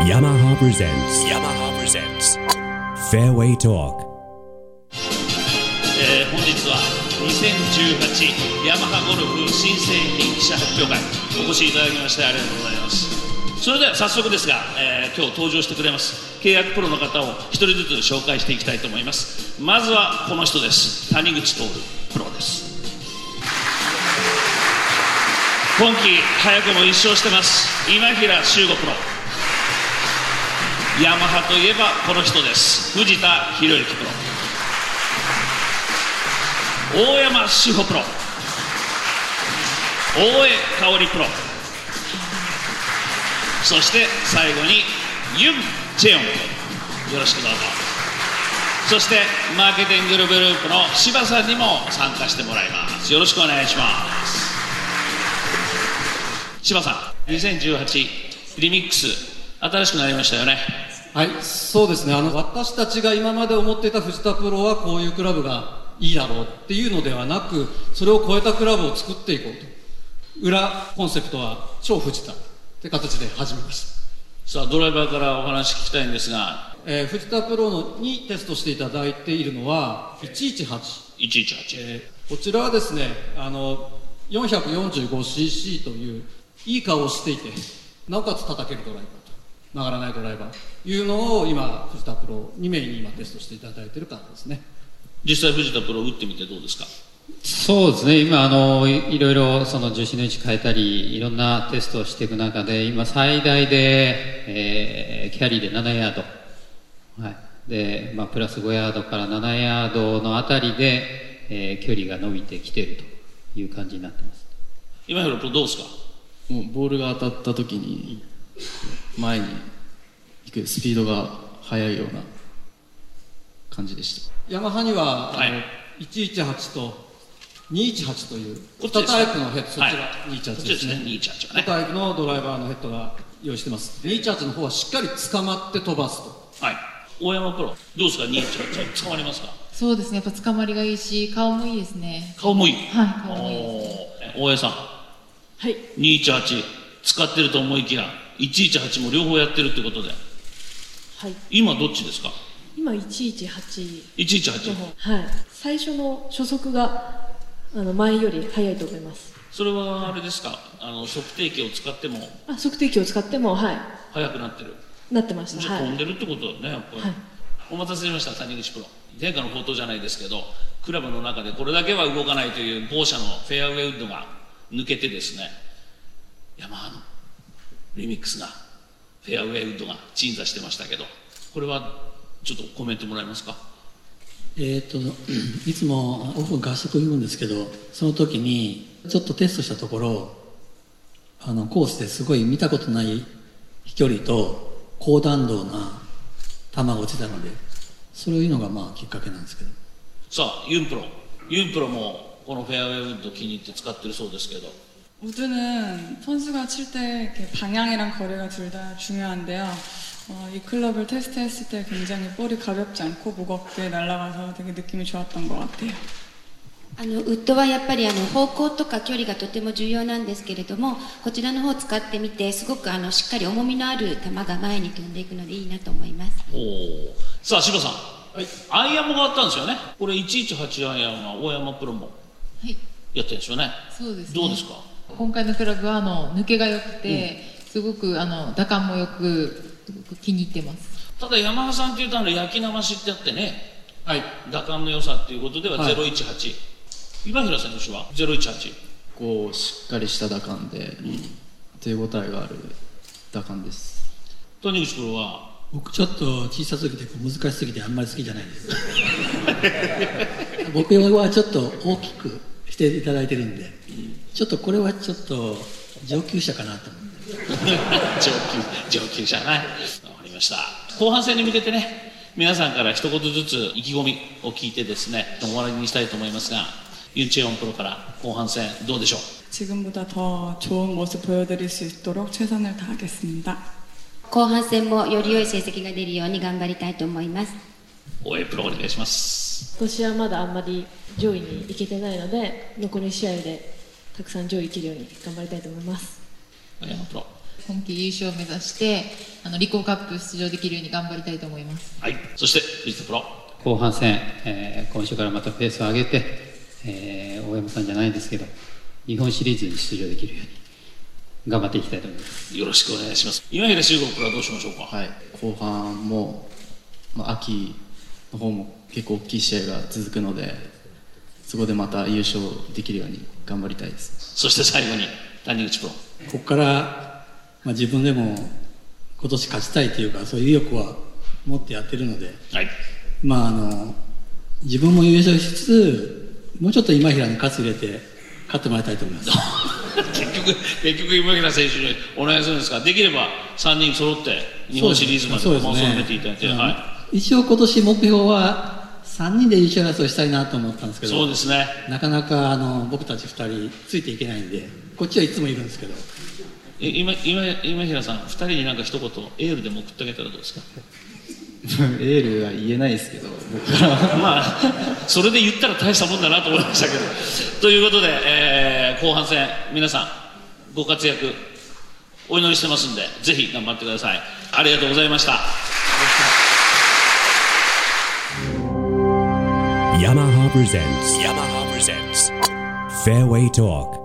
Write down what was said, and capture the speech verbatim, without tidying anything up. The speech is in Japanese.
Yamaha presents Yamaha presents Fairway Talk、 えー、本日はにせんじゅうはちヤマハゴルフ新製品記者発表会お越しいただきましてありがとうございます。それでは早速ですが、えー、今日登場してくれます契約プロの方を一人ずつ紹介していきたいと思います。まずはこの人です。谷口徹プロです。今季早くもいっ勝してます。今平周吾プロ。ヤマハといえばこの人です。藤田博之プロ。大山志保プロ。大江香織プロ。そして最後にユン・チェヨンプロ。よろしくどうぞ。そしてマーケティンググループの柴さんにも参加してもらいます。よろしくお願いします。柴さん、にせんじゅうはちリミックス新しくなりましたよね。 はい、そうですね。あの私たちが今まで思っていた藤田プロはこういうクラブがいいだろうっていうのではなく、それを超えたクラブを作っていこうと。裏コンセプトは超藤田って形で始めました。 さあドライバーからお話聞きたいんですが、 えー、藤田プロのにテストしていただいているのはいちいちはち、 いちいちはち、 えー、こちらはですね、あの よんひゃくよんじゅうごシーシー といういい顔をしていて、なおかつ叩けるドライバーと曲がらないドライバーというのを今藤田プロに名に今テストしていただいている感じですね。 実際藤田プロ打ってみてどうですか？ そうですね、今あの い, いろいろその重心の位置変えたりいろんなテストをしていく中で、今最大で、えー、キャリーでななヤード、はいでまあ、プラスごヤードからななヤードのあたりで、えー、距離が伸びてきているという感じになってます。 今平プロどうですか？ もうボールが当たった時に前に行くスピードが速いような感じでした。 ヤマハには、 はい、 あのいちいちはちとにいちはちというにこっちですタイプのヘッド、そちら、 はい、 にいちはちですね。 にいちはちはね、 にタイプのドライバーのヘッドが用意してます。にいちはちの方はしっかり捕まって飛ばすと。 はい、大山プロどうですか？にいちはち捕まりますか？ そうですね、やっぱ捕まりがいいし顔もいいですね。 顔もいい。 はい、顔もいいですね。 大江さん、 はい、 にいちはち使ってると思いきやいちいちはちも両方やってるってことで、 はい、 今どっちですか？ 今いちいちはちいちいちはち、 はい、最初の初速があの前より速いと思います。 それはあれですか、あの測定器を使ってもあ測定器を使ってもはい速くなってるなってました。 じゃあ飛んでるってことだね、やっぱり、はい、お待たせしました。谷口プロ、天下の宝刀じゃないですけどクラブの中でこれだけは動かないという某社のフェアウェイウッドが抜けてですね、ヤマハのリミックスがフェアウェイウッドが鎮座してましたけど、これはちょっとコメントもらえますか？ えー、といつもオフ合宿言うんですけど、その時にちょっとテストしたところ、あのコースですごい見たことない飛距離と高弾道な球が落ちたので、そういうのがまあきっかけなんですけど。 さあユンプロ、ユンプロもこのフェアウェイウッド気に入って使ってるそうですけど、 우드는 선수가 칠 때 방향이랑 거리가 둘 다 중요한데요. 어, 이 클럽을 테스트했을 때 굉장히 볼이 가볍지 않고 무겁게 날아가서 되게 느낌이 좋았던 것 같아요. あのウッドはやっぱりあの方向とか距離がとても重要なんですけれども、こちらの方を使ってみてすごくあのしっかり重みのある球が前に飛んでいくのでいいなと思います。 おお、さあ柴さん、はい、アイアンも変わったんですよね。これいちいちはちアイアンは大山プロもやってるんですよね。はい、 そうですね。 どうですか？ 今回のクラブはあの抜けが良くて、うん、すごくあの打感もよくすごく気に入ってます。ただ山田さんっていうとあの焼き生しってあってね、はい、打感の良さっていうことではゼロいちはち、はい、今平選手はゼロいちはち、 こうしっかりした打感で、うん、手応えがある打感です。 谷口プロは僕ちょっと小さすぎて難しすぎてあんまり好きじゃないです僕はちょっと大きくしていただいてるんで、うん、ちょっとこれはちょっと上級者かなと思って上級上級者ね。わかりました。後半戦に向けてね、皆さんから一言ずつ意気込みを聞いてですね終わりにしたいと思いますが、ユン・チェヨンプロから後半戦どうでしょう？ 지금보다 더 좋은 모습 보여드릴 수 있도록 최선을 다하겠습니다. 後半戦もより良い成績が出るように頑張りたいと思います。 大江プロお願いします。 今年はまだあんまり上位に行けてないので、残り試合でたくさん上位行けるように頑張りたいと思います。 大山プロ、 今季優勝を目指してああのリコーカップ出場できるように頑張りたいと思います。 はい。そして藤田プロ、 後半戦、えー今週からまたペースを上げて、えー大山さんじゃないですけど日本シリーズに出場できるように頑張っていきたいと思います。 よろしくお願いします。今平修吾プロはどうしましょうか。 はい、後半も、まあ、秋の方も結構大きい試合が続くので、そこでまた優勝できるように頑張りたいです。 そして最後に谷口プロ、 ここから、まあ、自分でも今年勝ちたいというかそういう意欲は持ってやってるので、 はい、 まああの自分も優勝しつつもうちょっと今平に勝つ入れて勝ってもらいたいと思います結局結局今平選手にお願いするんですが、できればさんにん揃って日本シリーズまでもう進めていただいて、はい、 一応今年目標はさんにんで優勝争いしたいなと思ったんですけど、 そうですね、 なかなかあの僕たちふたりついていけないんで、こっちはいつもいるんですけど、 え今今今平さんふたりになんか一言エールでも送ってあげたらどうですか。 エールは言えないですけど僕からまあそれで言ったら大したもんだなと思いましたけどということで、えー後半戦皆さんご活躍お祈りしてますんで、ぜひ頑張ってください。ありがとうございました。 Yamaha presents Yamaha presents Fairway Talk.